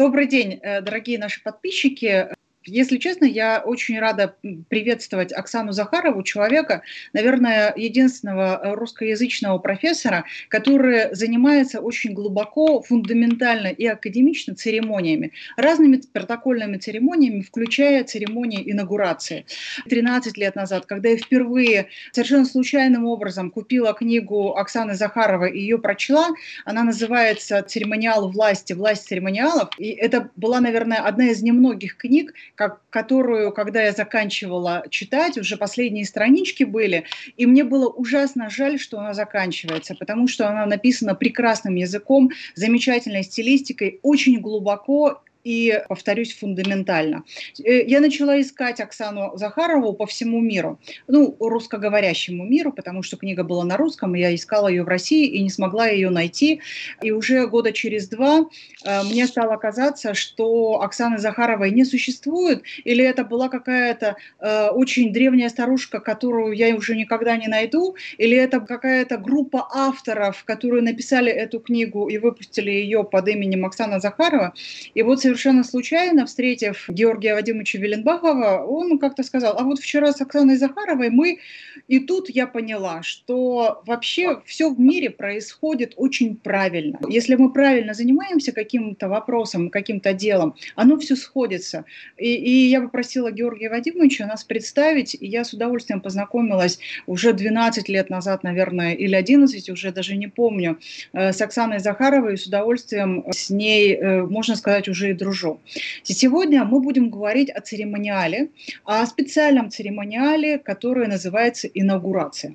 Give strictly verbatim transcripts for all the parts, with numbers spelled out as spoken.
Добрый день, э, дорогие наши подписчики. Если честно, я очень рада приветствовать Оксану Захарову, человека, наверное, единственного э, русскоязычного профессора, который занимается очень глубоко, фундаментально и академично церемониями, разными протокольными церемониями, включая церемонии инаугурации. тринадцать лет назад, когда я впервые совершенно случайным образом купила книгу Оксаны Захаровой и ее прочла, она называется «Церемониал власти. Власть церемониалов». И это была, наверное, одна из немногих книг, как, которую, когда я заканчивала читать, уже последние странички были, и мне было ужасно жаль, что она заканчивается, потому что она написана прекрасным языком, замечательной стилистикой, очень глубоко и, повторюсь, фундаментально. Я начала искать Оксану Захарову по всему миру, ну, русскоговорящему миру, потому что книга была на русском, и я искала ее в России и не смогла ее найти. И уже года через два э, мне стало казаться, что Оксаны Захаровой не существует, или это была какая-то э, очень древняя старушка, которую я уже никогда не найду, или это какая-то группа авторов, которые написали эту книгу и выпустили ее под именем Оксана Захарова. И вот совершенно случайно, встретив Георгия Вадимовича Веленбахова, он как-то сказал: а вот вчера с Оксаной Захаровой мы... И тут я поняла, что вообще все в мире происходит очень правильно. Если мы правильно занимаемся каким-то вопросом, каким-то делом, оно все сходится. И, и я попросила Георгия Вадимовича нас представить, и я с удовольствием познакомилась уже двенадцать лет назад, наверное, или одиннадцать, уже даже не помню, с Оксаной Захаровой, и с удовольствием с ней, можно сказать, уже и дружу. Сегодня мы будем говорить о церемониале, о специальном церемониале, который называется инаугурация.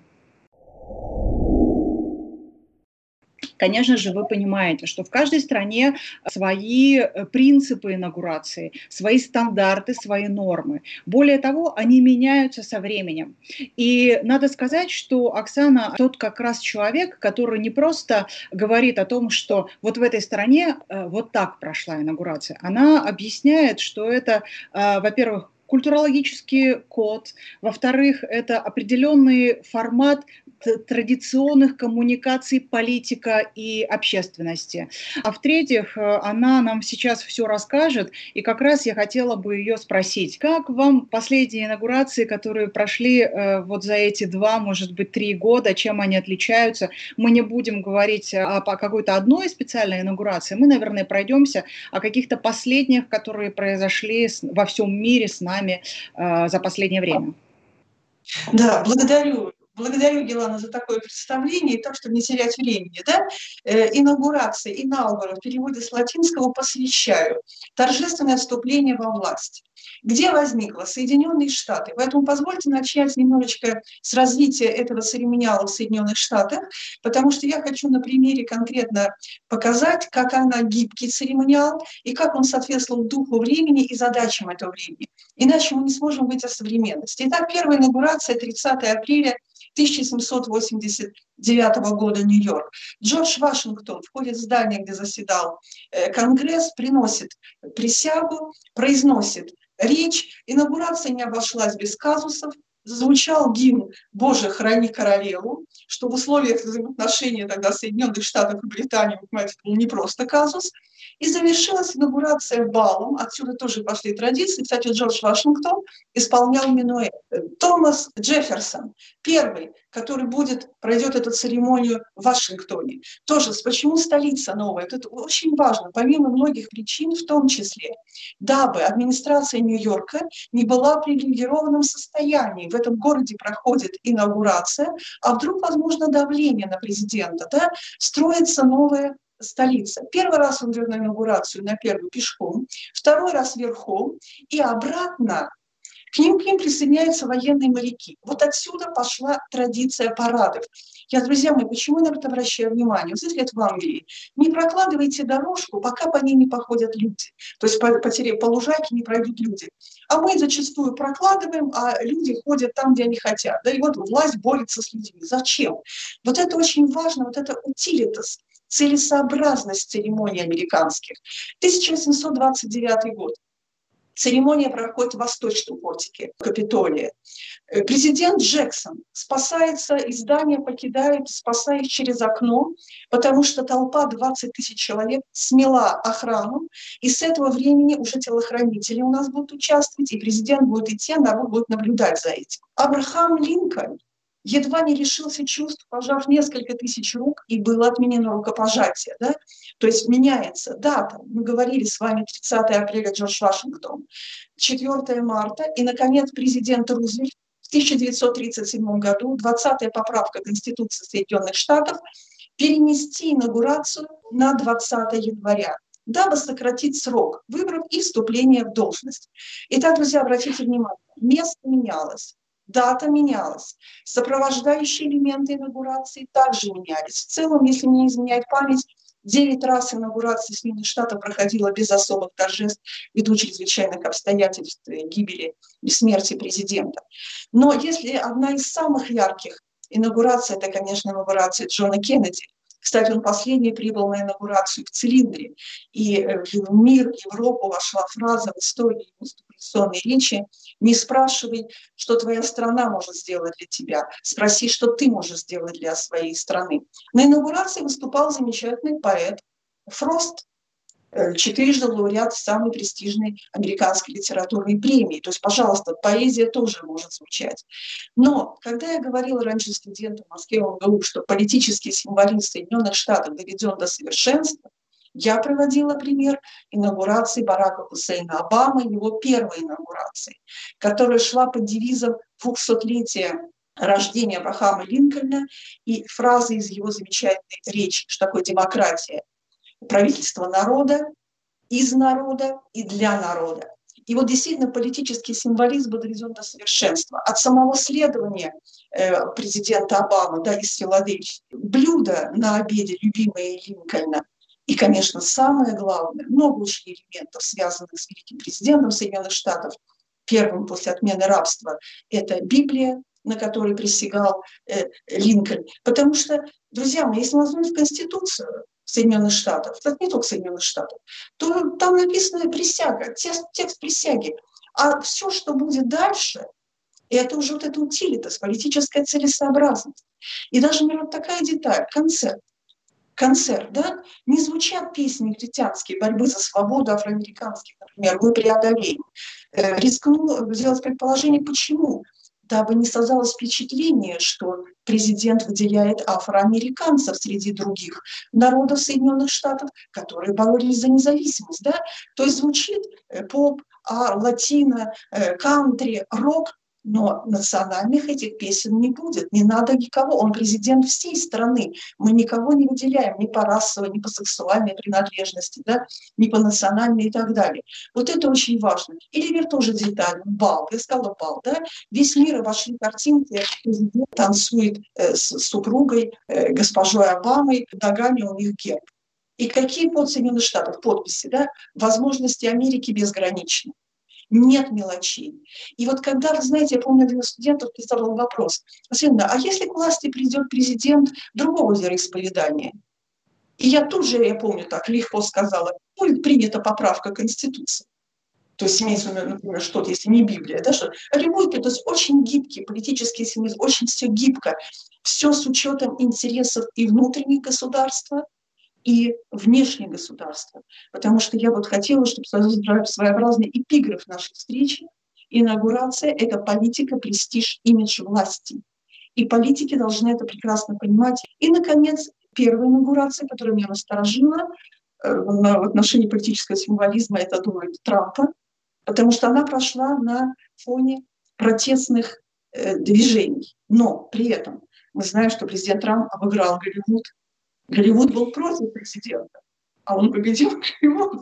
Конечно же, вы понимаете, что в каждой стране свои принципы инаугурации, свои стандарты, свои нормы. Более того, они меняются со временем. И надо сказать, что Оксана тот как раз человек, который не просто говорит о том, что вот в этой стране вот так прошла инаугурация. Она объясняет, что это, во-первых, культурологический код, во-вторых, это определенный формат традиционных коммуникаций политика и общественности. А в-третьих, она нам сейчас все расскажет, и как раз я хотела бы ее спросить, как вам последние инаугурации, которые прошли э, вот за эти два, может быть, три года, чем они отличаются? Мы не будем говорить о, о какой-то одной специальной инаугурации, мы, наверное, пройдемся о каких-то последних, которые произошли с, во всем мире с нами э, за последнее время. Да, благодарю. Благодарю, Елана, за такое представление. И так, чтобы не терять времени, да? Э, инаугурация, инаугура в переводе с латинского «посвящаю», торжественное вступление во власть. Где возникло? Соединенные Штаты. Поэтому позвольте начать немножечко с развития этого церемониала в Соединенных Штатах, потому что я хочу на примере конкретно показать, как она гибкий церемониал и как он соответствовал духу времени и задачам этого времени. Иначе мы не сможем быть о современности. Итак, первая инаугурация тридцатого апреля тысяча семьсот восемьдесят девятого года, Нью-Йорк. Джордж Вашингтон входит в здание, где заседал Конгресс, приносит присягу, произносит речь. Инаугурация не обошлась без казусов. Зазвучал гимн «Боже, храни королеву», что в условиях взаимоотношений тогда Соединенных Штатов и Британии, вы понимаете, был не просто казус. И завершилась инаугурация балом. Отсюда тоже пошли традиции. Кстати, Джордж Вашингтон исполнял минуэт. Томас Джефферсон, первый, который будет, пройдет эту церемонию в Вашингтоне. Тоже, почему столица новая? Это очень важно, помимо многих причин, в том числе, дабы администрация Нью-Йорка не была в привилегированном состоянии. В этом городе проходит инаугурация, а вдруг, возможно, давление на президента, да? Строится новая столица. Первый раз он идет на инаугурацию, на первую пешком, второй раз верхом, и обратно к ним, к ним присоединяются военные моряки. Вот отсюда пошла традиция парадов. Я, друзья мои, почему я на это обращаю внимание? Вот здесь, в Англии, не прокладывайте дорожку, пока по ней не походят люди. То есть по, по, по лужайке не пройдут люди. А мы зачастую прокладываем, а люди ходят там, где они хотят. Да и вот власть борется с людьми. Зачем? Вот это очень важно, вот это утилитас, целесообразность церемоний американских. тысяча восемьсот двадцать девятый год. Церемония проходит в восточном портике Капитолия. Президент Джексон спасается, из здания покидает, спасаясь через окно, потому что толпа двадцать тысяч человек смела охрану, и с этого времени уже телохранители у нас будут участвовать, и президент будет идти, а народ будет наблюдать за этим. Абрахам Линкольн едва не лишился чувств, пожав несколько тысяч рук, и было отменено рукопожатие. Да? То есть меняется дата. Мы говорили с вами тридцатое апреля Джордж Вашингтон, четвёртое марта, и, наконец, президент Рузвельт в тысяча девятьсот тридцать седьмом году, двадцатая поправка Конституции Соединенных Штатов, перенести инаугурацию на двадцатое января, дабы сократить срок выборов и вступления в должность. Итак, друзья, обратите внимание, место менялось. Дата менялась, сопровождающие элементы инаугурации также менялись. В целом, если мне не изменяет память, девять раз инаугурации Соединенных Штатов проходила без особых торжеств ввиду чрезвычайных обстоятельств гибели и смерти президента. Но если одна из самых ярких инаугураций, это, конечно, инаугурация Джона Кеннеди. Кстати, он последний прибыл на инаугурацию в цилиндре, и в мир, в Европу вошла фраза в истории конституционной речи: «Не спрашивай, что твоя страна может сделать для тебя, спроси, что ты можешь сделать для своей страны». На инаугурации выступал замечательный поэт Фрост, четырежды лауреат самой престижной американской литературной премии. То есть, пожалуйста, поэзия тоже может звучать. Но когда я говорила раньше студентам в Москве ом гэ у, что политический символизм Соединенных Штатов доведен до совершенства, я приводила пример инаугурации Барака Хусейна Обамы, его первой инаугурации, которая шла под девизом двухсотлетия рождения Абрахама Линкольна, и фраза из его замечательной речи, что такое демократия: правительство народа, из народа и для народа. И вот действительно политический символизм был доведен до совершенства. От самого следования э, президента Обамы, да, из Филадельфии, блюда на обеде, любимые Линкольна, и, конечно, самое главное, много очень элементов, связанных с великим президентом Соединенных Штатов, первым после отмены рабства, это Библия, на которой присягал э, Линкольн. Потому что, друзья мои, если мы возьмем Конституцию Соединенных Штатов, это не только Соединенных Штатов, то там написана присяга, текст, текст присяги. А все, что будет дальше, это уже вот эта утилитас, политическая целесообразность. И даже, например, вот такая деталь, концерт. Концерт, да, не звучат песни негритянские, борьбы за свободу афроамериканских, например, «Мы преодолеем». Э, рискну сделать предположение, почему. Дабы не создалось впечатление, что президент выделяет афроамериканцев среди других народов Соединенных Штатов, которые боролись за независимость. Да? То есть звучит поп, а, латино, кантри, рок, но национальных этих песен не будет, не надо никого, он президент всей страны, мы никого не выделяем ни по расовой, ни по сексуальной принадлежности, да, ни по национальной и так далее. Вот это очень важно. Или верь тоже детально, бал, я сказала бал, да, весь мир обошли картинки, президент танцует э, с супругой, э, госпожой Обамой, ногами у них герб. И какие под Соединенных Штатов подписи, да, возможности Америки безграничны. Нет мелочей. И вот когда, вы знаете, я помню, один из студентов задал вопрос: Василина, а если к власти придет президент другого вероисповедания? И я тут же, я помню, так легко сказала: будет принята поправка Конституции. То есть имеется, например, что-то, если не Библия, да, что любой, то есть очень гибкий политический символизм, очень все гибко, все с учетом интересов и внутренних государства, и внешнее государство. Потому что я вот хотела, чтобы создать своеобразный эпиграф нашей встречи. Инаугурация – это политика, престиж, имидж власти. И политики должны это прекрасно понимать. И, наконец, первая инаугурация, которая меня насторожила э, в отношении политического символизма, это Дональд Трампа, потому что она прошла на фоне протестных э, движений. Но при этом мы знаем, что президент Трамп обыграл Голливуд. Голливуд был против президента, а он победил Голливуд.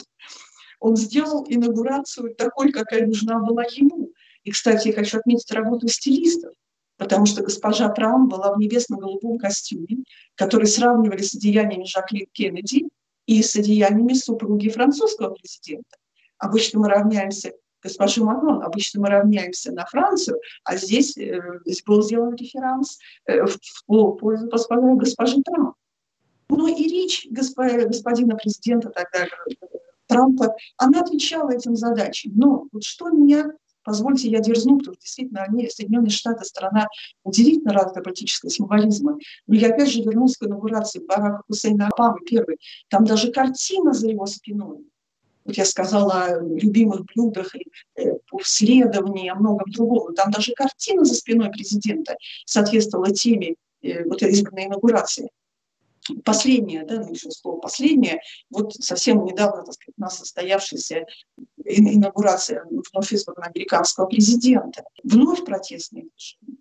Он сделал инаугурацию такой, какая нужна была ему. И, кстати, я хочу отметить работу стилистов, потому что госпожа Трамп была в небесно-голубом костюме, который сравнивали с одеяниями Жаклин Кеннеди и с одеяниями супруги французского президента. Обычно мы равняемся госпожи Макрон, обычно мы равняемся на Францию, а здесь, э, здесь был сделан реферанс э, в пользу госпожи Трамп. Ну и речь господина президента тогда Трампа, она отвечала этим задачам. Но вот что меня, позвольте, я дерзну, потому что действительно они, Соединенные Штаты, страна удивительно развитой политического символизма. Но я опять же вернусь к инаугурации Барака Хусейна Обамы первой. Там даже картина за его спиной. Вот я сказала о любимых блюдах, и, э, исследовании, о многом другом. Там даже картина за спиной президента соответствовала теме э, вот избранной инаугурации. Последнее, да, ну еще слово последнее, вот совсем недавно, так сказать, у нас состоявшаяся инаугурация вновь избранного американского президента. Вновь протестные движения.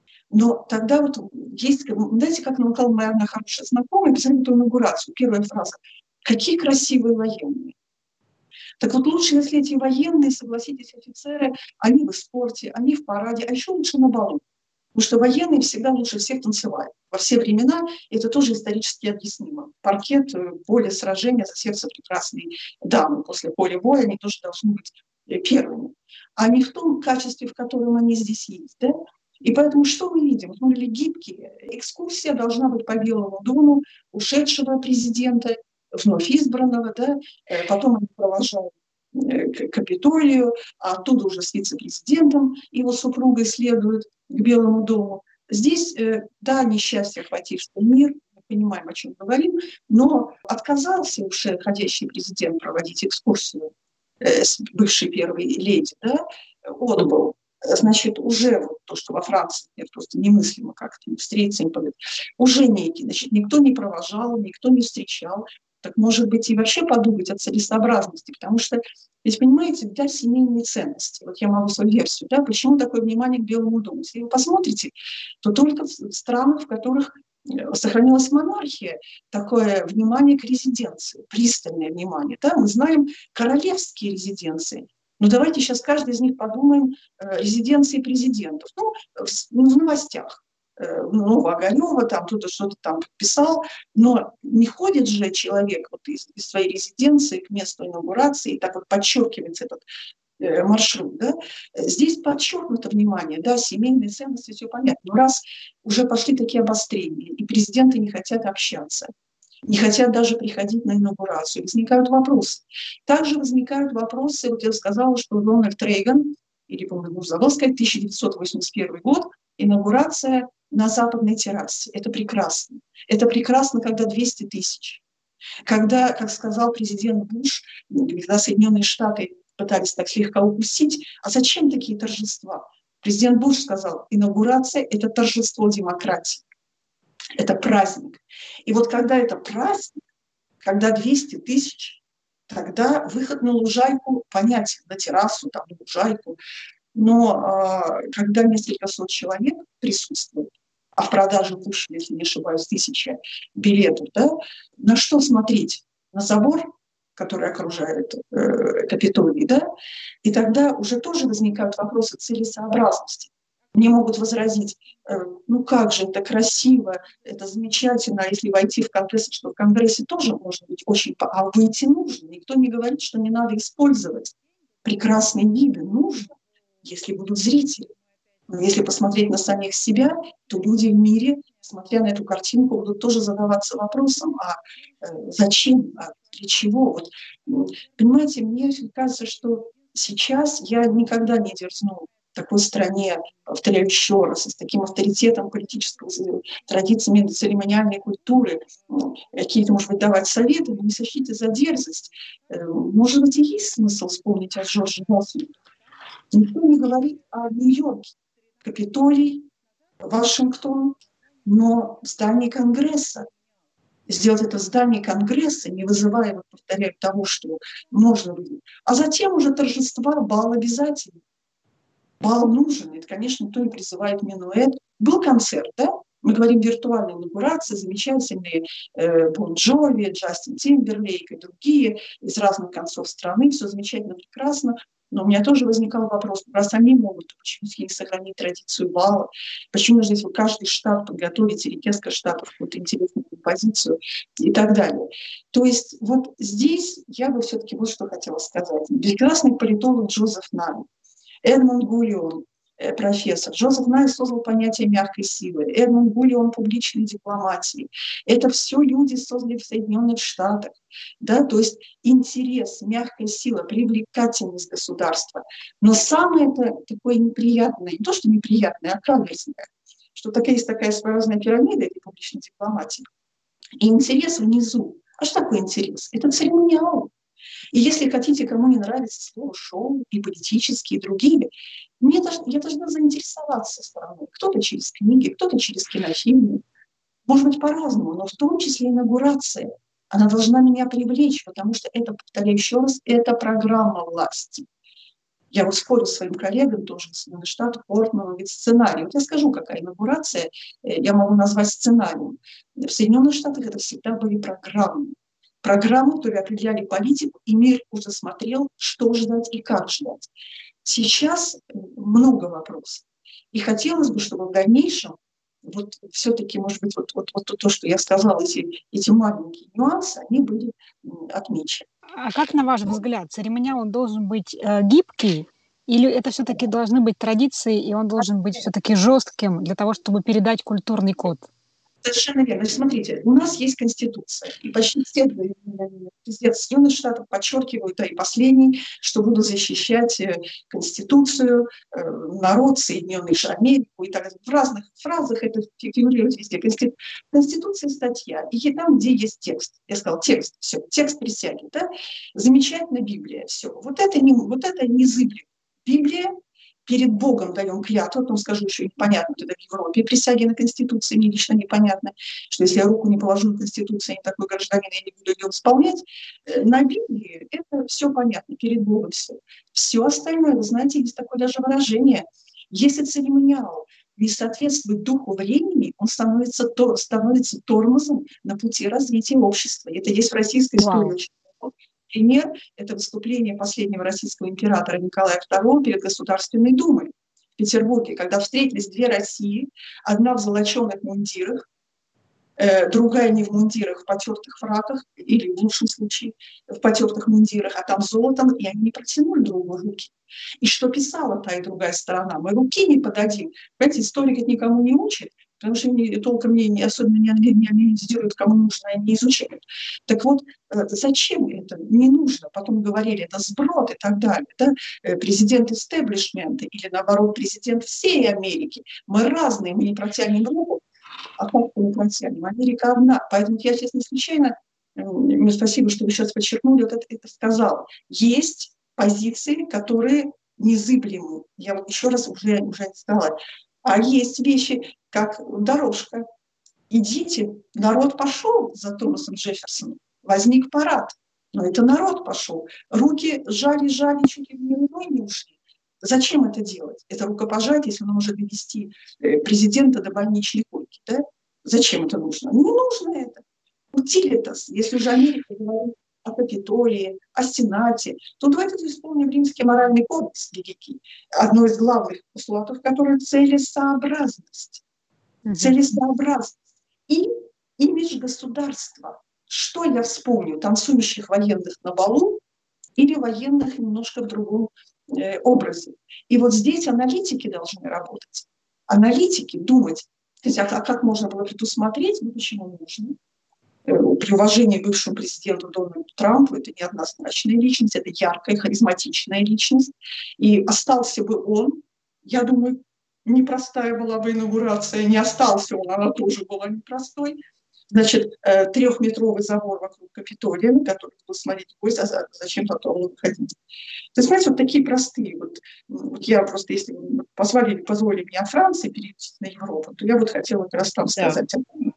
Но тогда вот есть, знаете, как намекала моя одна хорошая знакомая, писали эту инаугурацию. Первая фраза: «Какие красивые военные». Так вот лучше, если эти военные, согласитесь, офицеры, они в спорте, они в параде, а еще лучше на балу. Потому что военные всегда лучше всех танцевали. Во все времена это тоже исторически объяснимо. Паркет, поле сражения за сердце прекрасной дамы. После поля боя они тоже должны быть первыми. А не в том качестве, в котором они здесь есть. Да? И поэтому что мы видим? Мы видим гибкие. Экскурсия должна быть по Белому дому ушедшего президента, вновь избранного. Да? Потом они провожают к Капитолию, а оттуда уже с вице-президентом его супругой следуют к Белому дому. Здесь, да, несчастье, охватившее мир, мы понимаем, о чем говорим, но отказался уже ходящий президент проводить экскурсию с бывшей первой леди, да, отбыл. Значит, уже вот то, что во Франции это просто немыслимо как-то встретиться, уже некий, значит, никто не провожал, никто не встречал. Так, может быть, и вообще подумать о целесообразности, потому что, ведь, понимаете, да, семейные ценности. Вот я могу свою версию, да, почему такое внимание к Белому дому. Если вы посмотрите, то только в странах, в которых сохранилась монархия, такое внимание к резиденции, пристальное внимание. Да? Мы знаем королевские резиденции. Но давайте сейчас каждый из них подумаем резиденции президентов. Ну, в, в новостях. Ну, Огарёва, там кто-то что-то там подписал, но не ходит же человек вот из, из своей резиденции к месту инаугурации, и так вот подчеркивается этот э, маршрут. Да? Здесь подчеркнуто внимание, да, семейные ценности, все понятно. Но раз уже пошли такие обострения, и президенты не хотят общаться, не хотят даже приходить на инаугурацию, возникают вопросы. Также возникают вопросы, вот я сказала, что Рональд Рейган, или, по-моему, забыл сказать, тысяча девятьсот восемьдесят первый год, инаугурация на западной террасе. Это прекрасно. Это прекрасно, когда двести тысяч. Когда, как сказал президент Буш, когда Соединенные Штаты пытались так слегка упустить, а зачем такие торжества? Президент Буш сказал, инаугурация – это торжество демократии. Это праздник. И вот когда это праздник, когда двести тысяч, тогда выход на лужайку понятен, на террасу, там, на лужайку. Но э, когда несколько сот человек присутствуют, а в продаже вышли, если не ошибаюсь, тысяча билетов, да, на что смотреть? На забор, который окружает э, Капитолий, да? И тогда уже тоже возникают вопросы целесообразности. Мне могут возразить, э, ну как же, это красиво, это замечательно, а если войти в Конгресс, что в Конгрессе тоже может быть очень... А выйти нужно, никто не говорит, что не надо использовать прекрасные виды, нужно, если будут зрители. Но если посмотреть на самих себя, то люди в мире, смотря на эту картинку, будут тоже задаваться вопросом, а э, зачем, а для чего? Вот, понимаете, мне кажется, что сейчас я никогда не дерзну в такой стране, повторяю еще раз, с таким авторитетом политического традициями церемониальной культуры, какие-то, может быть, давать советы, но не сочтите за дерзость. Может быть, и есть смысл вспомнить о Джордже Вашингтоне. Никто не говорит о Нью-Йорке, Капитолий, Вашингтон, но в здании Конгресса. Сделать это в здании Конгресса, не вызывая, вот, повторяю, того, что можно будет. А затем уже торжества, бал обязательно. Бал нужен. Это, конечно, никто не призывает минуэт. Был концерт, да? Мы говорим виртуальная инаугурация, замечательные э, Бон Джови, Джастин Тимберлейк и другие из разных концов страны. Все замечательно, прекрасно. Но у меня тоже возникал вопрос, раз они могут, то почему не сохранить традицию бала? Почему нужно здесь каждый штат подготовить, или несколько штатов, какую-то интересную композицию и так далее. То есть вот здесь я бы все-таки вот что хотела сказать. Прекрасный политолог Джозеф Нан, Эдмунд Гурион, профессор. Джозеф Най создал понятие мягкой силы. Эдмунд Гулион публичной дипломатии. Это все люди создали в Соединенных Штатах. Да? То есть интерес, мягкая сила, привлекательность государства. Но самое это такое неприятное, не то что неприятное, а каверзное, что такая, есть такая своеобразная пирамида этой публичной дипломатии. И интерес внизу. А что такое интерес? Это церемониал. И если хотите, кому не нравится слово «шоу» и политические, и другие, мне должна, я должна заинтересоваться страной. Кто-то через книги, кто-то через кинофильмы. Может быть, по-разному, но в том числе инаугурация. Она должна меня привлечь, потому что это, повторяю еще раз, это программа власти. Я вот спорю с своим коллегам тоже из Соединенных Штатов, Портманом, ведь сценарий. Вот я скажу, какая инаугурация, я могу назвать сценарием. В Соединенных Штатах это всегда были программы. Программы, которые определяли политику, и мир уже смотрел, что ждать и как ждать. Сейчас много вопросов. И хотелось бы, чтобы в дальнейшем вот все-таки, может быть, вот, вот, вот то, что я сказала, эти, эти маленькие нюансы, они были отмечены. А как, на ваш взгляд, церемониал он должен быть э, гибкий, или это все-таки должны быть традиции, и он должен быть все-таки жестким для того, чтобы передать культурный код? Совершенно верно. Значит, смотрите, у нас есть Конституция, и почти все президенты Соединенных Штатов подчеркивают, а и последний, что будут защищать Конституцию, народ, Соединенных Штатов, Америку и так далее. В разных фразах это фигурирует везде. Конституция, статья, и там, где есть текст. Я сказала, текст, все, текст присяги, да? Замечательно Библия, все. Вот это не, вот это незыблемо. Библия. Перед Богом даем клятву, потом скажу еще непонятно, тогда в Европе присяги на Конституции мне лично непонятно, что если я руку не положу на Конституцию, я не такой гражданин, я не буду ее исполнять. На Библии это все понятно, перед Богом все. Все остальное, вы знаете, есть такое даже выражение. Если церемониал не соответствует духу времени, он становится, то, становится тормозом на пути развития общества. Это есть в российской истории. Wow. Пример – это выступление последнего российского императора Николая второго перед Государственной Думой в Петербурге, когда встретились две России, одна в золоченых мундирах, э, другая не в мундирах, в потертых фраках, или в лучшем случае в потертых мундирах, а там золотом, и они не протянули друг другу руки. И что писала та и другая сторона? Мы руки не подадим. Понимаете, историк это никому не учит, потому что они толком не, не особенно не, не анализируют, кому нужно, и не изучают. Так вот, зачем это? Не нужно. Потом говорили, это сброд и так далее. Да? Президент истеблишмента или, наоборот, президент всей Америки. Мы разные, мы не протянем руку. А как мы не протянем? Америка одна. Поэтому я сейчас не случайно, мне спасибо, что вы сейчас подчеркнули, вот это, это сказала. Есть позиции, которые незыблемы. Я вот еще раз уже, уже не сказала. А есть вещи, как дорожка. Идите, народ пошел за Томасом Джефферсоном, возник парад, но это народ пошел. Руки жали-жали, чуть ли не рукой не ушли. Зачем это делать? Это рукопожатие, если оно может довести президента до больничной койки. Да? Зачем это нужно? Не нужно это. Утилитас, если уже Америка говорит о Капитолии, о Сенате, то давайте вспомним Римский моральный кодекс великий. Одно из главных постулатов, которое целесообразность. Mm-hmm. Целесообразность. И имидж государства. Что я вспомню? Танцующих военных на балу или военных немножко в другом э, образе. И вот здесь аналитики должны работать. Аналитики думать, а как можно было предусмотреть, ну почему нужно? При уважении к бывшему президенту Дональду Трампу, это неоднозначная личность, это яркая, харизматичная личность. И остался бы он, я думаю, непростая была бы инаугурация, не остался он, она тоже была непростой. Значит, трехметровый забор вокруг Капитолия, на который буду смотреть гость, а зачем потом выходить. То есть, знаете, вот такие простые. Вот, вот я просто, если позволили, позволили мне от Франции перейти на Европу, то я вот хотела как раз там сказать.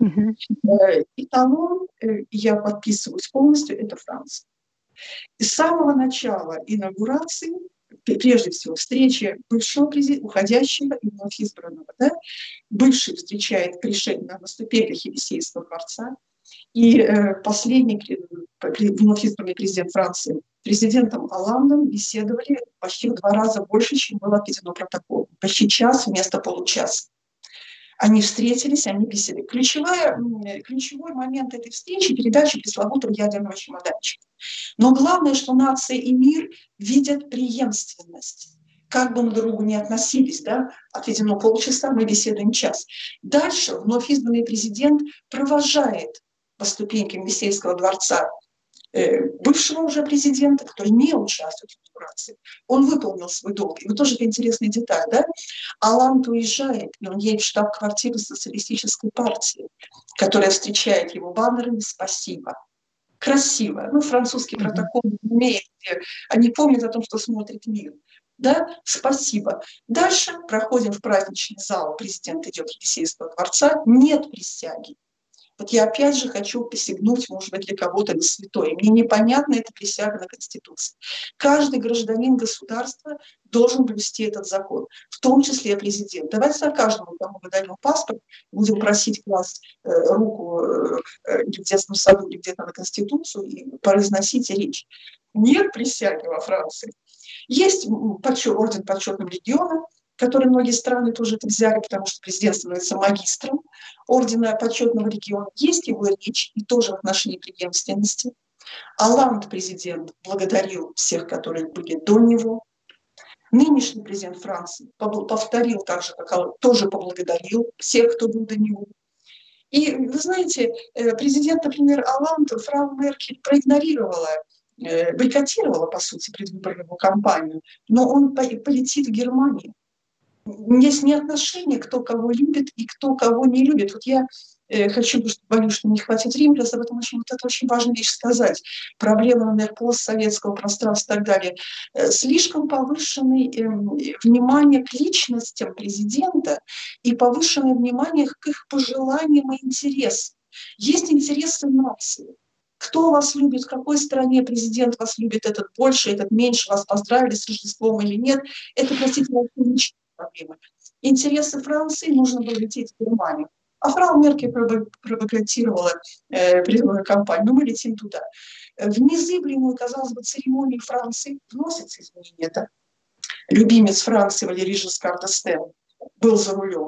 Да. Эталон, я подписываюсь полностью, это Франция. И с самого начала инаугурации, прежде всего, встречи бывшего президента, уходящего и вновь избранного, да, бывший встречает пришедшего на ступеньках Елисейского дворца, и э, последний вновь избранный президент Франции президентом Оландом беседовали почти в два раза больше, чем было отведено протоколом. Почти час вместо получаса. Они встретились, они беседовали. Ключевая, ключевой момент этой встречи – передача пресловутого ядерного чемоданчика. Но главное, что нация и мир видят преемственность. как бы мы друг к другу не относились, да, отведено полчаса, мы беседуем час. Дальше вновь избранный президент провожает по ступенькам Елисейского дворца бывшего уже президента, который не участвует в инаугурации. Он выполнил свой долг. И вот тоже это интересная деталь, да? Оланд уезжает, и он едет в штаб-квартиру социалистической партии, которая встречает его баннерами «Спасибо». Красиво. Ну, французский протокол умеет, они помнят о том, что смотрит мир. Да, спасибо. Дальше проходим в праздничный зал, президент идет в Елисейского дворца, нет присяги. Вот я опять же хочу посягнуть, может быть, для кого-то на святое. Мне непонятна эта присяга на Конституции. Каждый гражданин государства должен блюсти этот закон, в том числе и президент. Давайте за каждому, кому мы даем паспорт, будем просить класть э, руку э, или в детском саду, или где-то на Конституцию и произносить речь. Нет присяги во Франции. Есть почет, орден почетного легиона, который многие страны тоже это взяли, потому что президент становится магистром ордена почетного легиона. Есть его речь, и тоже в отношении преемственности. Оланд, президент, благодарил всех, которые были до него. Нынешний президент Франции повторил так же, как тоже поблагодарил всех, кто был до него. И вы знаете, президент, например, Оланд, фрау Меркель проигнорировала, бойкотировала, по сути, предвыборную кампанию, но он полетит в Германию. Есть не отношение, кто кого любит и кто кого не любит. Вот я э, хочу, боюсь, что не хватит времени, об этом очень, вот это очень важная вещь сказать. Проблема, наверное, постсоветского пространства и так далее. Э, слишком повышенное э, внимание к личностям президента и повышенное внимание к их пожеланиям и интересам. Есть интересы нации. Кто вас любит, в какой стране президент вас любит, этот больше, этот меньше, вас поздравили с Рождеством или нет, это, простите, личное. Проблемы. Интересы Франции нужно было лететь в Германию. А фрау Меркель провокатировала э, предвыборную кампанию. Но мы летим туда. В незыблемую, казалось бы, церемонию Франции вносится изменение. Да? Любимец Франции Валерий Жискар д'Эстен был за рулем.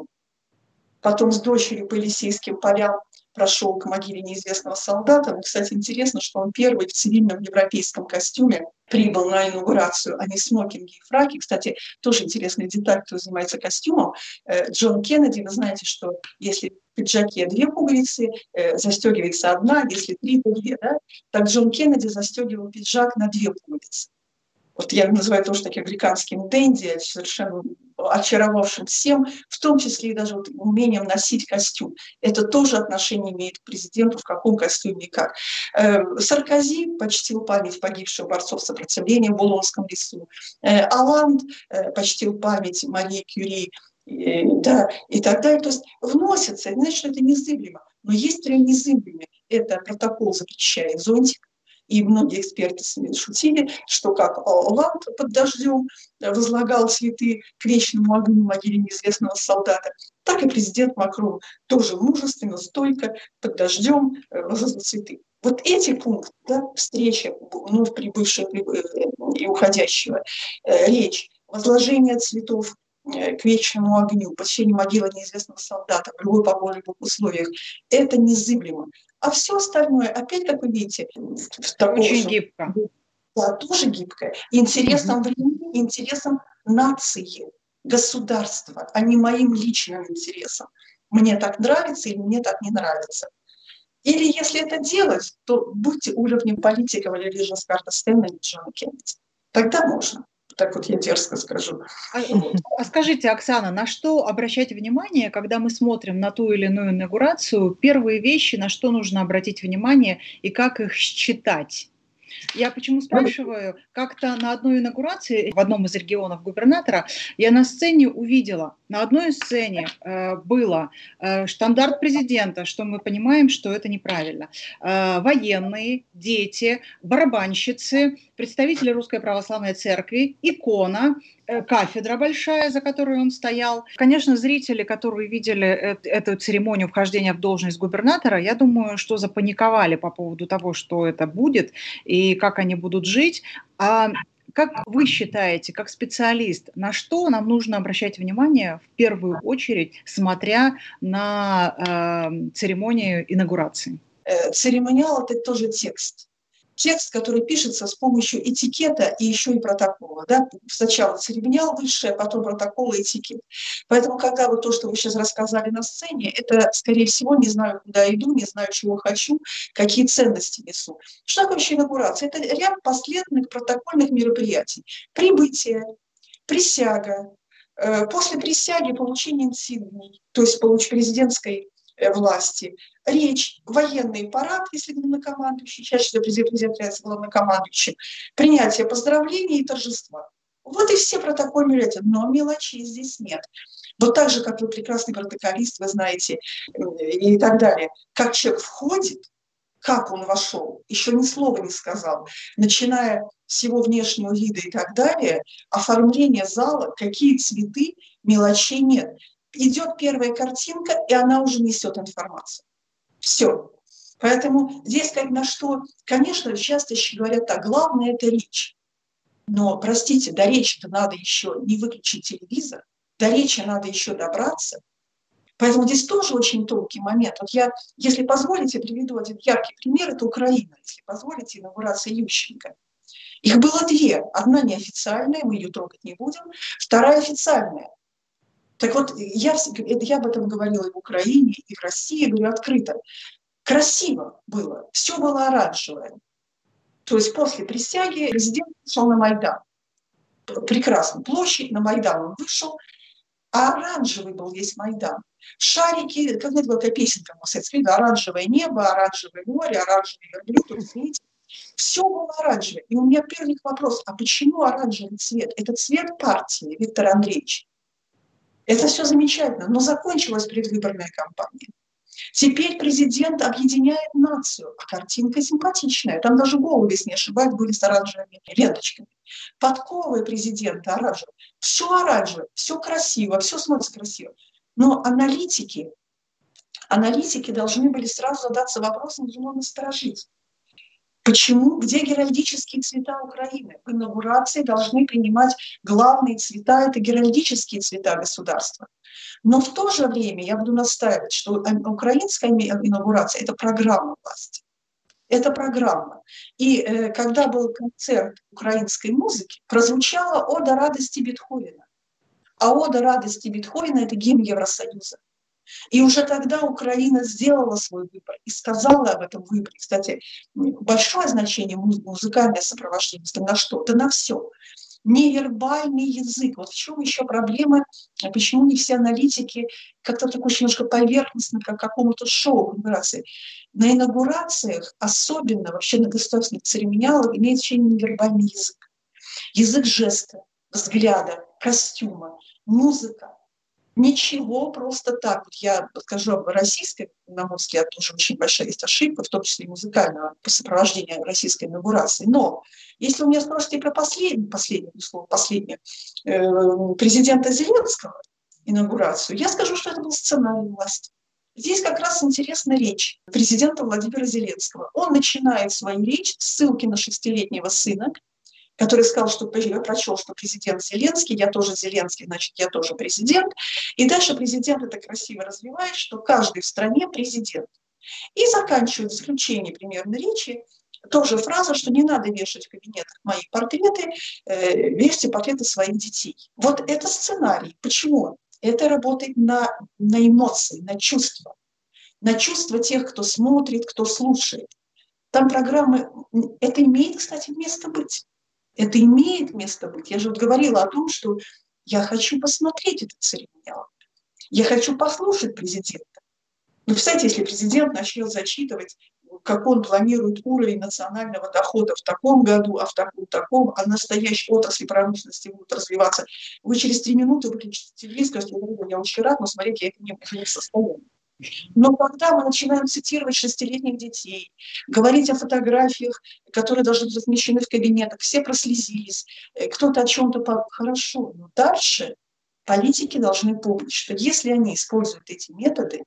Потом с дочерью по Елисейским полям прошел к могиле неизвестного солдата. Но, кстати, интересно, что он первый в цивильном европейском костюме прибыл на инаугурацию, а не смокинги и фраки. Кстати, тоже интересная деталь, кто занимается костюмом. Джон Кеннеди, вы знаете, что если в пиджаке две пуговицы, застегивается одна, если три, то две. Да? Так Джон Кеннеди застегивал пиджак на две пуговицы. Вот я называю тоже таким американским дэнди, совершенно очаровавшим всем, в том числе и даже вот умением носить костюм. Это тоже отношение имеет к президенту, в каком костюме и как. Саркози почтил память погибших борцов сопротивления в Булонском лесу. Оланд почтил память Марии Кюри, да, и так далее. То есть вносится, значит, что это незыблемо. Но есть прям незыблемое. Это протокол запрещает зонтик. И многие эксперты шутили, что как Оланд под дождем возлагал цветы к вечному огню могиле неизвестного солдата, так и президент Макрон тоже мужественно, стойко под дождем возлагал цветы. Вот эти пункты, да, встреча вновь прибывшего и уходящего, речь, возложение цветов к вечному огню, посещение могилы неизвестного солдата в любой погодных условиях, это незыблемо. А все остальное, опять, как вы видите, очень же, гибко. Да, тоже гибкое. Интересом времени, интересом нации, государства, а не моим личным интересам. Мне так нравится или мне так не нравится. Или если это делать, то будьте уровнем политика Валерия Жискар д'Эстена или Джона Кеннеди. Тогда можно. Так вот я дерзко скажу. А, а скажите, Оксана, на что обращать внимание, когда мы смотрим на ту или иную инаугурацию? Первые вещи, на что нужно обратить внимание и как их считать? Я почему спрашиваю? Как-то на одной инаугурации в одном из регионов губернатора я на сцене увидела, на одной сцене э, было э, штандарт президента, что мы понимаем, что это неправильно. Э, военные, дети, барабанщицы, представители Русской Православной Церкви, икона, э, кафедра большая, за которой он стоял. Конечно, зрители, которые видели э, эту церемонию вхождения в должность губернатора, я думаю, что запаниковали по поводу того, что это будет и как они будут жить. А как вы считаете, как специалист, на что нам нужно обращать внимание в первую очередь, смотря на э, церемонию инаугурации? Церемониал – это тоже текст. текст, который пишется с помощью этикета и еще и протокола. Да? Сначала церемониал высший, а потом протокол и этикет. Поэтому, когда вот то, что вы сейчас рассказали на сцене, это, скорее всего, не знаю, куда иду, не знаю, чего хочу, какие ценности несу. Что такое вообще инаугурация? Это ряд последовательных протокольных мероприятий. Прибытие, присяга, после присяги получение инсигний, то есть получение президентской власти, речь, военный парад, если главнокомандующий, чаще всего президент, президент является главнокомандующим, принятие поздравлений и торжества. Вот и все протокольные мероприятия, но мелочей здесь нет. Вот так же, как вы прекрасный протоколист, вы знаете, и так далее, как человек входит, как он вошел, еще ни слова не сказал, начиная с его внешнего вида и так далее, оформление зала, какие цветы, мелочей нет. Идет первая картинка, и она уже несет информацию. Все. Поэтому здесь, как на что, конечно, часто еще говорят так, главное – это речь. Но, простите, до речи-то надо еще не выключить телевизор, до речи надо еще добраться. Поэтому здесь тоже очень тонкий момент. Вот я, если позволите, приведу один яркий пример, это Украина, если позволите, инаугурация Ющенко. Их было две. Одна неофициальная, мы ее трогать не будем, вторая официальная. Так вот, я, я об этом говорила и в Украине, и в России, говорю открыто. Красиво было, все было оранжевое. То есть после присяги президент шел на Майдан. Прекрасно, площадь, на Майдан он вышел, а оранжевый был весь Майдан. Шарики, как это была такая песенка, оранжевое небо, оранжевое море, оранжевый верблюд, все было оранжевое. И у меня первый вопрос, а почему оранжевый цвет? Это цвет партии Виктора Андреевича. Это все замечательно, но закончилась предвыборная кампания. Теперь президент объединяет нацию, а картинка симпатичная. Там даже голуби, если не ошибаюсь, были с оранжевыми ленточками. Подковы президента оранжевые. Все оранжевое, все красиво, все смотрится красиво. Но аналитики, аналитики должны были сразу задаться вопросом, где можно насторожить. Почему, где геральдические цвета Украины? В инаугурации должны принимать главные цвета, это геральдические цвета государства. Но в то же время я буду настаивать, что украинская инаугурация – это программа власти. Это программа. И э, когда был концерт украинской музыки, прозвучала «Ода радости Бетховена». А «Ода радости Бетховена» – это гимн Евросоюза. И уже тогда Украина сделала свой выбор и сказала об этом выборе. Кстати, большое значение музыкальное сопровождение. На что? Да на все. Невербальный язык. Вот в чем еще проблема, почему не все аналитики как-то так очень немножко поверхностно, как к какому-то шоу инаугурации. На инаугурациях, особенно вообще на государственных церемониалах, имеет значение невербальный язык. Язык жеста, взгляда, костюма, музыка. Ничего просто так. Вот я скажу об российской, на мой взгляд, тоже очень большая есть ошибка, в том числе и музыкального сопровождения российской инаугурации. Но если вы меня спросите про последнее, последнее, слово последнее, э, президента Зеленского инаугурацию, я скажу, что это был сценарий власти. Здесь как раз интересна речь президента Владимира Зеленского. Он начинает свою речь с ссылки на шестилетнего сына, который сказал, что я прочел, что президент Зеленский, я тоже Зеленский, значит, я тоже президент. И дальше президент это красиво развивает, что каждый в стране президент. И заканчивает заключение примерно речи тоже фраза, что не надо вешать в кабинетах мои портреты, э, вешайте портреты своих детей. Вот это сценарий. Почему? Это работает на, на эмоции, на чувства. На чувства тех, кто смотрит, кто слушает. Там программы, это имеет, кстати, место быть. Это имеет место быть. Я же вот говорила о том, что я хочу посмотреть этот церемониал. Я хочу послушать президента. Ну, представляете, если президент начнет зачитывать, как он планирует уровень национального дохода в таком году, а в таком-таком, а настоящие отрасли промышленности будут развиваться, вы через три минуты выключите телевизор, скажете, я очень рад, но смотрите, я это не в состоянии. Но когда мы начинаем цитировать шестилетних детей, говорить о фотографиях, которые должны быть размещены в кабинетах, все прослезились, кто-то о чем-то... Хорошо, но дальше политики должны помнить, что если они используют эти методы,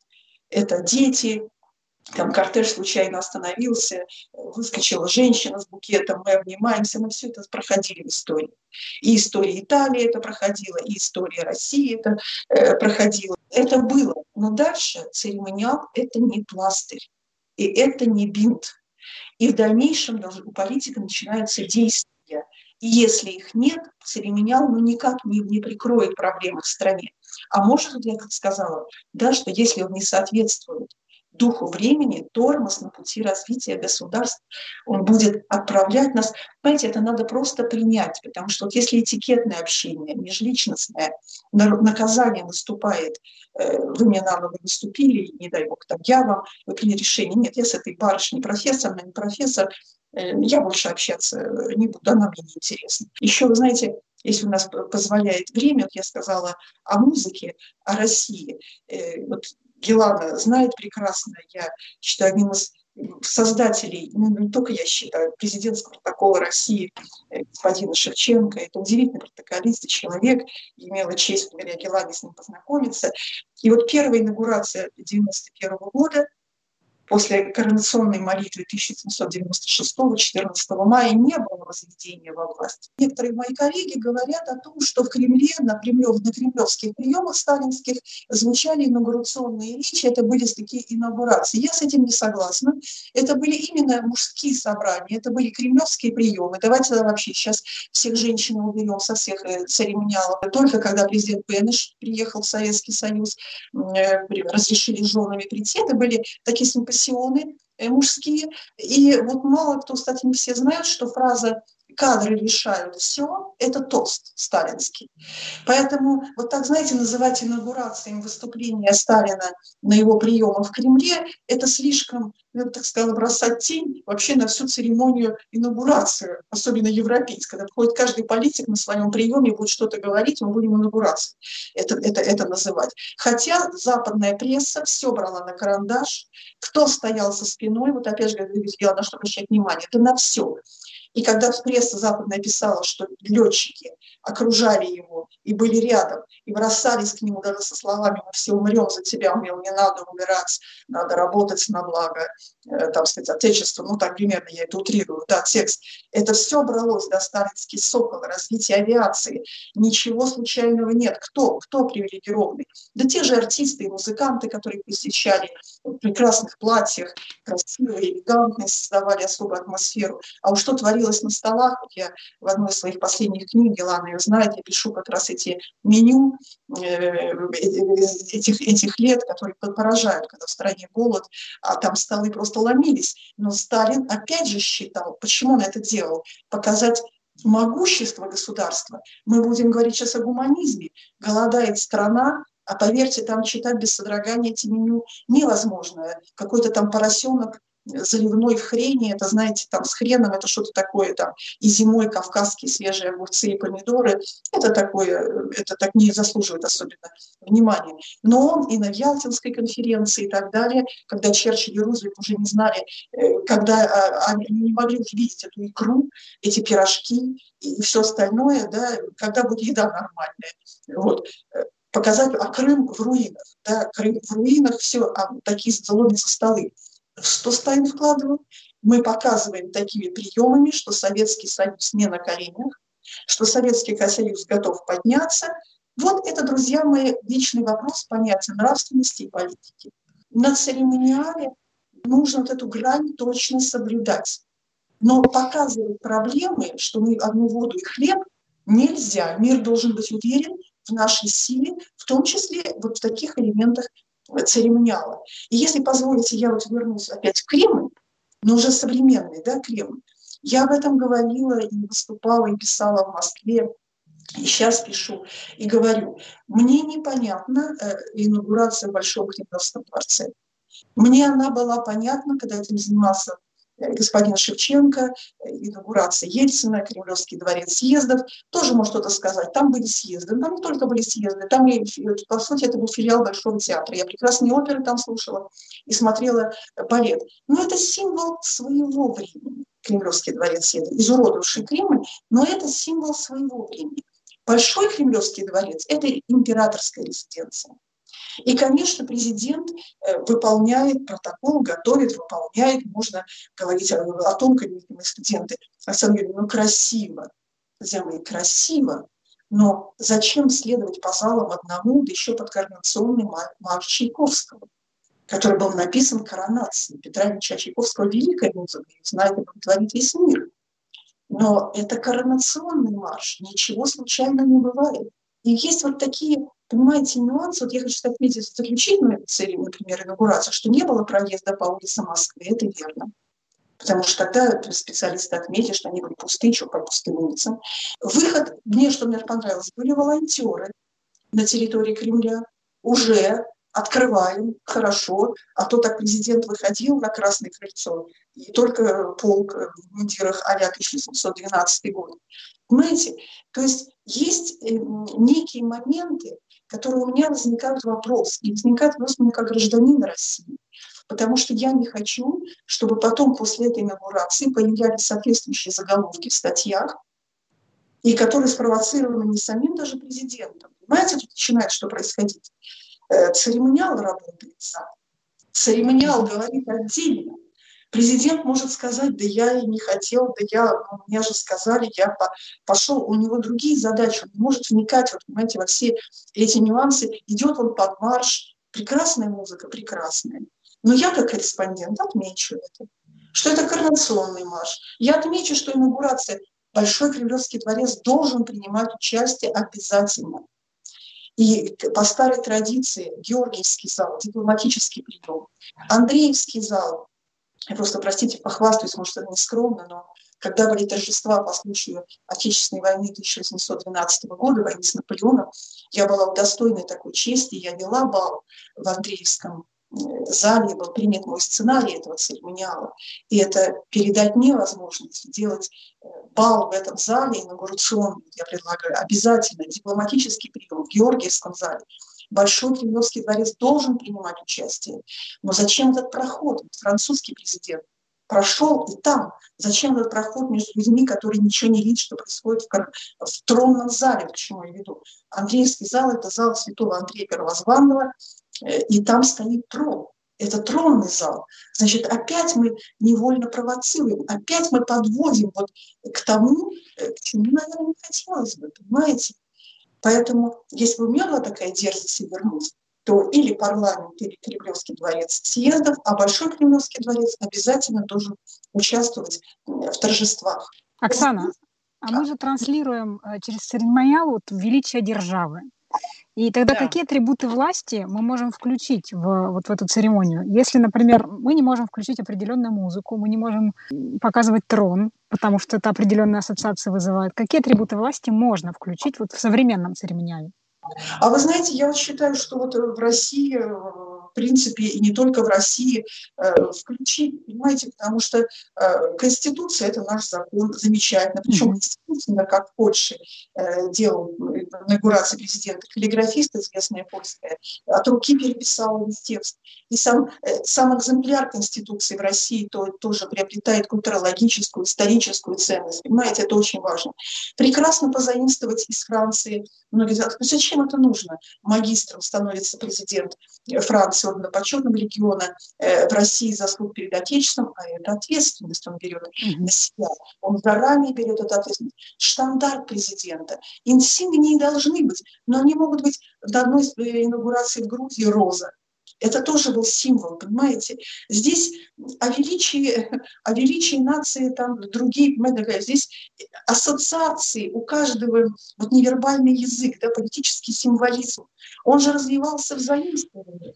это дети, там кортеж случайно остановился, выскочила женщина с букетом, мы обнимаемся, мы все это проходили в истории. И история Италии это проходила, и история России это э, проходила. Это было. Но дальше церемониал – это не пластырь, и это не бинт. И в дальнейшем у политика начинаются действия. И если их нет, церемониал ну, никак не, не прикроет проблемы в стране. А может, я как сказала, да, что если он не соответствует духу времени, тормоз на пути развития государств, он будет отправлять нас. Понимаете, это надо просто принять, потому что вот если этикетное общение, межличностное, наказание наступает, вы мне на вы наступили, не дай бог, там, я вам, вы приняли решение, нет, я с этой барышней профессор, она не профессор, я больше общаться не буду, она мне неинтересна. Еще, вы знаете, если у нас позволяет время, вот я сказала о музыке, о России. Вот Гелана знает прекрасно, я считаю, одним из создателей, ну, не только я считаю, президентского протокола России господина Шевченко. Это удивительный протоколист и человек. Имела честь, говоря, Гелане с ним познакомиться. И вот первая инаугурация девяносто первого года, после коронационной молитвы тысяча семьсот девяносто шестого четырнадцатого мая не было возведения во власть. Некоторые мои коллеги говорят о том, что в Кремле, на, Кремлев, на кремлевских приемах сталинских звучали инаугурационные речи, это были такие инаугурации. Я с этим не согласна. Это были именно мужские собрания, это были кремлевские приемы. Давайте вообще сейчас всех женщин уберем со всех церемониалов. Только когда президент Бенеш приехал в Советский Союз, разрешили с женами прийти, это были такие симпозиумы, мужские. И вот мало кто, кстати, не все знают, что фраза «кадры решают все» – это тост сталинский. Поэтому вот так, знаете, называть инаугурацией выступления Сталина на его приемах в Кремле – это слишком, я бы так сказала, бросать тень вообще на всю церемонию инаугурации, особенно европейской. Когда приходит каждый политик на своем приеме, будет что-то говорить, мы будем инаугурацию это, это, это называть. Хотя западная пресса все брала на карандаш, кто стоял со спиной, вот опять же, я на что обращать внимание, это на все. И когда пресса западная писала, что летчики окружали его и были рядом, и бросались к нему даже со словами «мы все умрем за тебя», он говорил, не надо умирать, надо работать на благо, э, там сказать, отечества, ну так примерно я это утрирую, да, текст. Это все бралось, да, сталинский сокол, развитие авиации, ничего случайного нет. Кто? Кто привилегированный? Да те же артисты и музыканты, которые посещали в прекрасных платьях, красивые, элегантные, создавали особую атмосферу. А уж что творилось на столах, вот я в одной из своих последних книг, Гелана ее знает, я пишу как раз эти меню э, этих, этих лет, которые поражают, когда в стране голод, а там столы просто ломились. Но Сталин опять же считал, почему он это делал, показать могущество государства. Мы будем говорить сейчас о гуманизме. Голодает страна, а поверьте, там читать без содрогания эти меню невозможно. Какой-то там поросенок заливной в хрене, это, знаете, там с хреном, это что-то такое там, и зимой кавказские свежие огурцы и помидоры, это такое, это так не заслуживает особенно внимания. Но он и на Ялтинской конференции и так далее, когда Черчилль и Рузвельт уже не знали, когда они не могли увидеть эту икру, эти пирожки и все остальное, да, когда будет еда нормальная. Вот. Показать, а Крым в руинах, да, Крым в руинах, все, а такие ломятся столы. Что Сталин вкладывал? Мы показываем такими приемами, что Советский Союз не на коленях, что Советский Союз готов подняться. Вот это, друзья мои, вечный вопрос понятия нравственности и политики. На церемониале нужно вот эту грань точно соблюдать. Но показывать проблемы, что мы одну воду и хлеб, нельзя. Мир должен быть уверен в нашей силе, в том числе вот в таких элементах церемониала. И если позволите, я вот вернусь опять в Кремль, но уже современный, да, Кремль. Я об этом говорила и выступала, и писала в Москве, и сейчас пишу, и говорю, мне непонятна э, инаугурация в Большом Кремлевском дворце. Мне она была понятна, когда этим занимался господин Шевченко, инаугурация Ельцина, Кремлевский дворец съездов, тоже может что-то сказать. Там были съезды, там не только были съезды, там, и, по сути, это был филиал Большого театра. Я прекрасные оперы там слушала и смотрела балет. Но это символ своего времени, Кремлевский дворец съездов, изуродовавший Кремль, но это символ своего времени. Большой Кремлевский дворец – это императорская резиденция. И, конечно, президент выполняет протокол, готовит, выполняет. Можно говорить о, о том, как мои студенты, Оксана Юрьевна, ну красиво, друзья мои, красиво, но зачем следовать по залам одному, да еще под координационный марш Чайковского? который был написан коронацией Петра Ильича Чайковского, великая музыка, ее знает и боготворит весь мир. Но это коронационный марш, ничего случайно не бывает. И есть вот такие, понимаете, нюансы. Вот я хочу отметить в заключительной цели, например, инаугурации, что не было проезда по улице Москвы, это верно. Потому что тогда специалисты отметили, что они были пустые, что по пустым улицам. Выход, мне что мне понравилось, были волонтеры на территории Кремля. Уже открываем, хорошо, а то так президент выходил на Красное крыльцо, и только полк в мундирах а-ля тысяча семьсот двенадцатый год. Понимаете? То есть есть некие моменты, которые у меня возникают вопрос, и возникает вопрос мне как гражданина России. Потому что я не хочу, чтобы потом после этой инаугурации появлялись соответствующие заголовки в статьях, и которые спровоцированы не самим даже президентом. Понимаете, тут начинает что происходить. Церемониал работает сам. Церемониал говорит отдельно. Президент может сказать, да я и не хотел, да я, ну, мне же сказали, я по, пошел, у него другие задачи, он не может вникать, вот, понимаете, во все эти нюансы. Идет он под марш, прекрасная музыка, прекрасная. Но я как корреспондент отмечу это, что это коронационный марш. Я отмечу, что инаугурация Большой Кремлевский дворец должен принимать участие обязательно. И по старой традиции Георгиевский зал, дипломатический прием, Андреевский зал, я просто, простите, похвастаюсь, может, это не скромно, но когда были торжества по случаю Отечественной войны тысяча восемьсот двенадцатого года, войны с Наполеоном, я была удостоена такой чести, я вела бал в Андреевском зале, был принят мой сценарий этого церемониала. И это передать мне возможность сделать бал в этом зале инаугурационный, я предлагаю, обязательно дипломатический прием в Георгиевском зале. Большой Кремлевский дворец должен принимать участие. Но зачем этот проход? Французский президент прошел и там. Зачем этот проход между людьми, которые ничего не видят, что происходит в, кор... в тронном зале, к чему я веду? Андреевский зал – это зал святого Андрея Первозванного, и там стоит трон. Это тронный зал. Значит, опять мы невольно провоцируем, опять мы подводим вот к тому, к чему, наверное, не хотелось бы, понимаете? Поэтому, если бы у меня была такая дерзость вернуть, то или парламент, или Кремлевский дворец съездов, а Большой Кремлевский дворец обязательно должен участвовать в торжествах. Оксана, а мы же транслируем через церемониал вот величие державы. И тогда да. Какие атрибуты власти мы можем включить в, вот в эту церемонию? Если, например, мы не можем включить определенную музыку, мы не можем показывать трон, потому что это определенные ассоциации вызывает. Какие атрибуты власти можно включить вот в современном церемониале? А вы знаете, я вот считаю, что вот в России, в принципе, и не только в России, включить, понимаете, потому что Конституция – это наш закон, замечательно. Причем Конституция, как в Польше делал инаугурацию президента, каллиграфист, известная польская, от руки переписал весь текст. И сам, сам экземпляр Конституции в России то, тоже приобретает культурологическую, историческую ценность. Понимаете, это очень важно. Прекрасно позаимствовать из Франции. Многие говорят, ну зачем это нужно? Магистром становится президент Франции, ордена почетного легиона, в России заслуг перед Отечеством, а это ответственность он берет на себя. Он заранее берет эту ответственность. Штандарт президента. Инсигнии должны быть, но они могут быть до одной инаугурации в Грузии роза. Это тоже был символ, понимаете? Здесь о величии, о величии нации, там другие, понимаете, здесь ассоциации у каждого, вот невербальный язык, да, политический символизм. Он же развивался в заимствовании.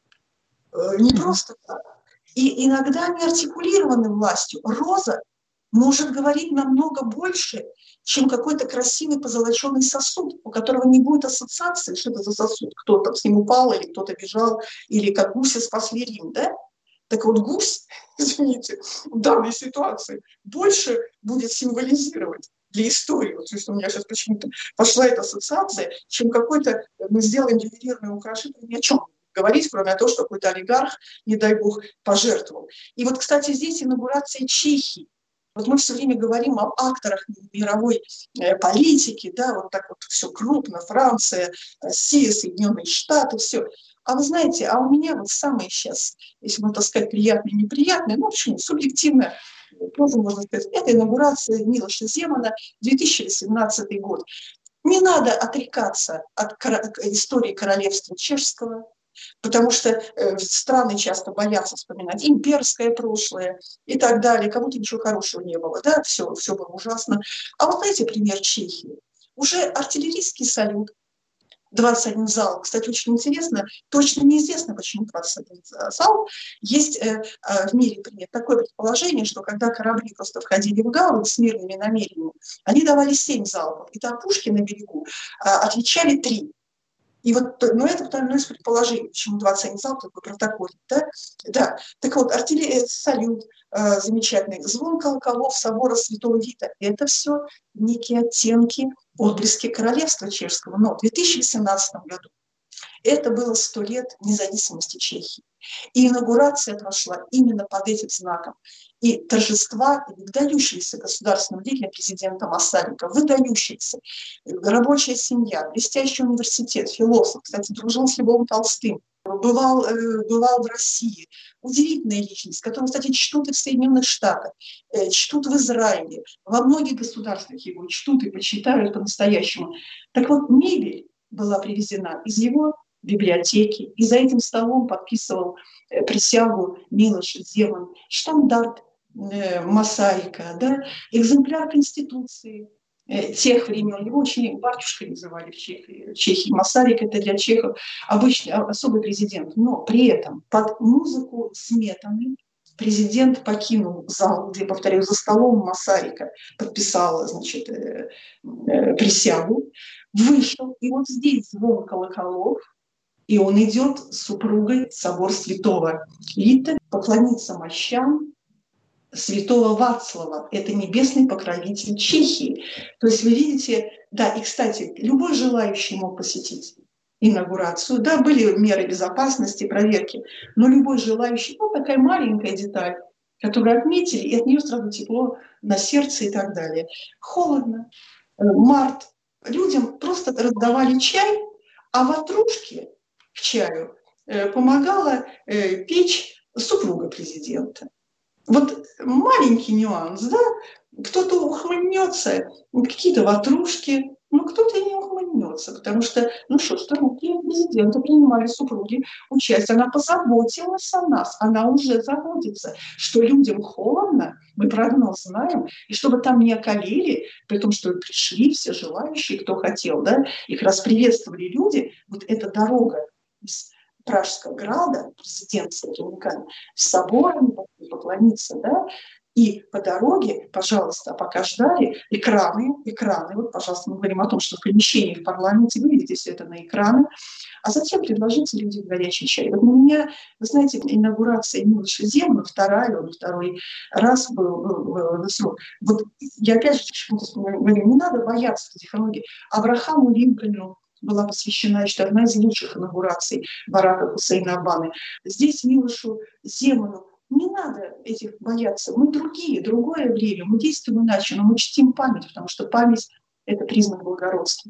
Не просто так. И иногда неартикулированной властью роза может говорить намного больше, чем какой-то красивый позолоченный сосуд, у которого не будет ассоциации, что это за сосуд, кто-то с ним упал, или кто-то бежал, или как гуся спасли Рим, да? Так вот гусь, извините, в данной ситуации больше будет символизировать для истории, вот если у меня сейчас почему-то пошла эта ассоциация, чем какой-то, мы сделаем ювелирное украшение, ни о чем говорить, кроме того, что какой-то олигарх, не дай бог, пожертвовал. И вот, кстати, здесь инаугурация Чехии. Вот мы все время говорим об акторах мировой политики, да, вот так вот все крупно, Франция, Россия, Соединенные Штаты, все. А вы знаете, а у меня вот самое сейчас, если можно сказать, приятное и неприятное, ну почему, субъективно, тоже можно сказать, это инаугурация Милоша Земана, две тысячи восемнадцатый год. Не надо отрекаться от истории королевства чешского, потому что э, страны часто боятся вспоминать имперское прошлое и так далее, как будто ничего хорошего не было, да, все, все было ужасно. А вот знаете, пример Чехии. Уже артиллерийский салют, двадцать один залп. Кстати, очень интересно, точно неизвестно, почему двадцать один залп. Есть э, э, в мире принято такое предположение, что когда корабли просто входили в гавань с мирными намерениями, они давали семь залпов, и там пушки на берегу э, отвечали три. И вот, ну, это одно из предположений, почему двадцать один залп такой протокольный, да? Да. Так вот, артиллерия, салют э, замечательный, звон колоколов собора Святого Вита, это все некие оттенки, отблески королевства чешского. Но в две тысячи восемнадцатом году это было сто лет независимости Чехии. И инаугурация прошла именно под этим знаком. И торжества выдающегося государственного деятеля президента Масарика, выдающийся, рабочая семья, блестящий университет, философ, кстати, дружил с Львом Толстым, бывал, бывал в России. Удивительная личность, которую, кстати, чтут и в Соединенных Штатах, чтут в Израиле, во многих государствах его чтут и почитают по-настоящему. Так вот, мебель была привезена из его библиотеки, и за этим столом подписывал присягу Милош Земан, штандарт э, Масарика, да, экземпляр Конституции э, тех времен. Его очень батюшкой называли в Чехии. Чехии. Масарик – это для чехов обычный, особый президент. Но при этом под музыку Сметаны президент покинул зал, где, повторяю, за столом Масарика подписала, значит, э, э, присягу, вышел, и вот здесь звон колоколов, и он идет с супругой в собор святого Вита поклониться мощам святого Вацлава. Это небесный покровитель Чехии. То есть вы видите, да, и, кстати, любой желающий мог посетить инаугурацию. Да, были меры безопасности, проверки, но любой желающий, ну, такая маленькая деталь, которую отметили, и от нее сразу тепло на сердце и так далее. Холодно, март. Людям просто раздавали чай, а ватрушки к чаю э, помогала э, печь супруга президента. Вот маленький нюанс, да? Кто-то ухмыльнется, какие-то ватрушки, но кто-то и не ухмыльнется, потому что, ну что, старухи президента принимали супруги участие, она позаботилась о нас, она уже заботится, что людям холодно, мы прогноз знаем, и чтобы там не околели, при том, что пришли все желающие, кто хотел, да, их расприветствовали люди, вот эта дорога из Пражского града, президентства Доминикана, в собор поклониться, да, и по дороге, пожалуйста, пока ждали, экраны, экраны, вот, пожалуйста, мы говорим о том, что в помещении в парламенте, вы видите все это на экраны, а затем предложите людям горячий чай. Вот у меня, вы знаете, инаугурация Милоша Земана, вторая, он второй раз был, был, был, был срок. Вот я опять же почему-то говорю, не надо бояться этих аналогий. Абрахаму Линкольну была посвящена, я считаю, одна из лучших инаугураций Барака Хусейна Обамы. Здесь Милошу Земану не надо этих бояться. Мы другие, другое время, мы действуем иначе, но мы чтим память, потому что память – это признак благородства.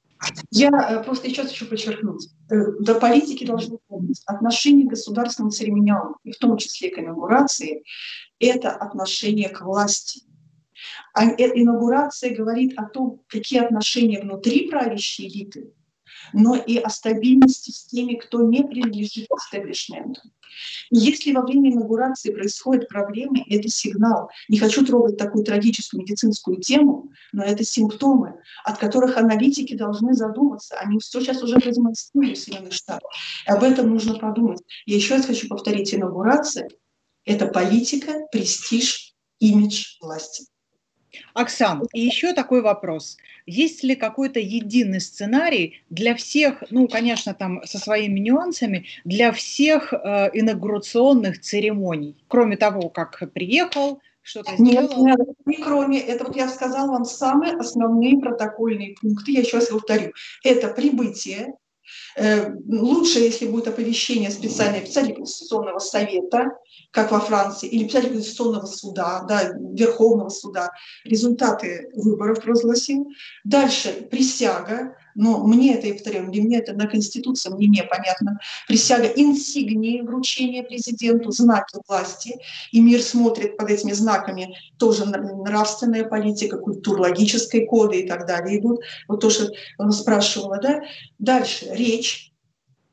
Я просто еще хочу подчеркнуть, до политики должны помнить, отношение к государственным церемониалам, и в том числе к инаугурации, это отношение к власти. А инаугурация говорит о том, какие отношения внутри правящей элиты, но и о стабильности с теми, кто не принадлежит к истеблишменту. Если во время инаугурации происходят проблемы, это сигнал. Не хочу трогать такую трагическую медицинскую тему, но это симптомы, от которых аналитики должны задуматься. Они все сейчас уже продемонстрируют в Соединенных Штатах. Об этом нужно подумать. Я еще раз хочу повторить, инаугурация – это политика, престиж, имидж власти. Оксан, и еще такой вопрос. Есть ли какой-то единый сценарий для всех, ну, конечно, там со своими нюансами, для всех э, инаугурационных церемоний, кроме того, как приехал, что-то сделал? Нет, нет, не кроме, это вот я сказала вам самые основные протокольные пункты, я еще раз повторю. Это прибытие, э, лучше, если будет оповещение специальное председателя Конституционного совета, как во Франции, или председатель Конституционного суда, да, Верховного суда, результаты выборов разгласил. Дальше присяга, но мне это, я повторяю, для меня это на Конституции, мне непонятно. Присяга инсигнии, вручения президенту, знаки власти, и мир смотрит под этими знаками, тоже нравственная политика, культурологические коды и так далее идут. Вот то, что она спрашивала, да. Дальше речь.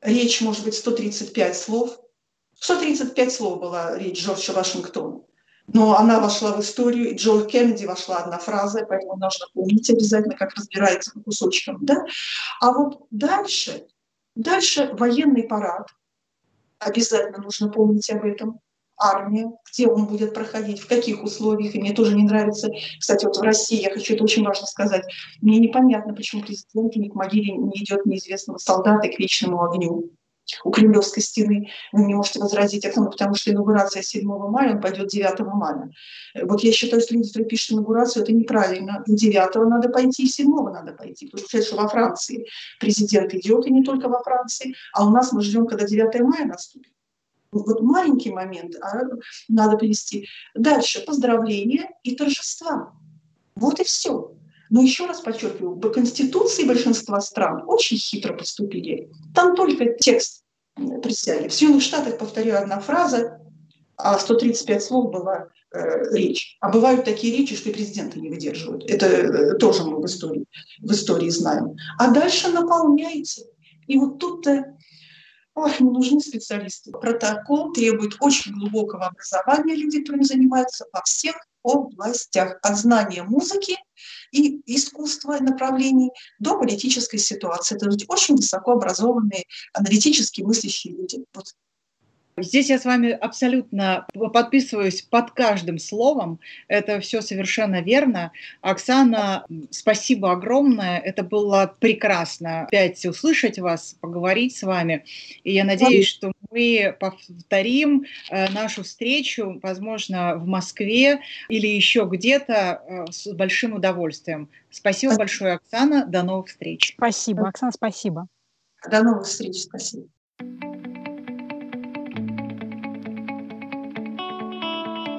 речь может быть сто тридцать пять слов. сто тридцать пять слов была речь Джорджа Вашингтона. Но она вошла в историю, и Джон Кеннеди вошла одна фраза, поэтому нужно помнить обязательно, как разбирается по кусочкам. Да? А вот дальше, дальше военный парад. Обязательно нужно помнить об этом. Армия, где он будет проходить, в каких условиях. И мне тоже не нравится, кстати, вот в России, я хочу это очень важно сказать, мне непонятно, почему президент ни к могиле не идет неизвестного солдата к вечному огню у Кремлевской стены. Вы мне можете возразить, это, ну, потому что инаугурация седьмого мая, он пойдет девятого мая. Вот я считаю, что люди, которые пишут инаугурацию, это неправильно. И девятого надо пойти, и седьмого надо пойти. Потому что, что во Франции президент идет, и не только во Франции, а у нас мы ждем, когда девятое мая наступит. Вот маленький момент, а надо привести. Дальше поздравления и торжества. Вот и все. Но еще раз подчеркиваю, по Конституции большинства стран очень хитро поступили. Там только текст присяги. В Соединенных Штатах, повторяю, одна фраза, а сто тридцать пять слов была э, речь. А бывают такие речи, что и президенты не выдерживают. Это э, тоже мы в истории, в истории знаем. А дальше наполняйте. И вот тут-то ой, не нужны специалисты. Протокол требует очень глубокого образования людей, которые занимаются во всех областях. От знания музыки и искусства направлений до политической ситуации. Это очень высокообразованные, аналитически мыслящие люди. Вот. Здесь я с вами абсолютно подписываюсь под каждым словом. Это все совершенно верно. Оксана, спасибо огромное. Это было прекрасно опять услышать вас, поговорить с вами. И я надеюсь, что мы повторим нашу встречу, возможно, в Москве или еще где-то с большим удовольствием. Спасибо большое, Оксана. До новых встреч. Спасибо, Оксана, спасибо. До новых встреч. Спасибо.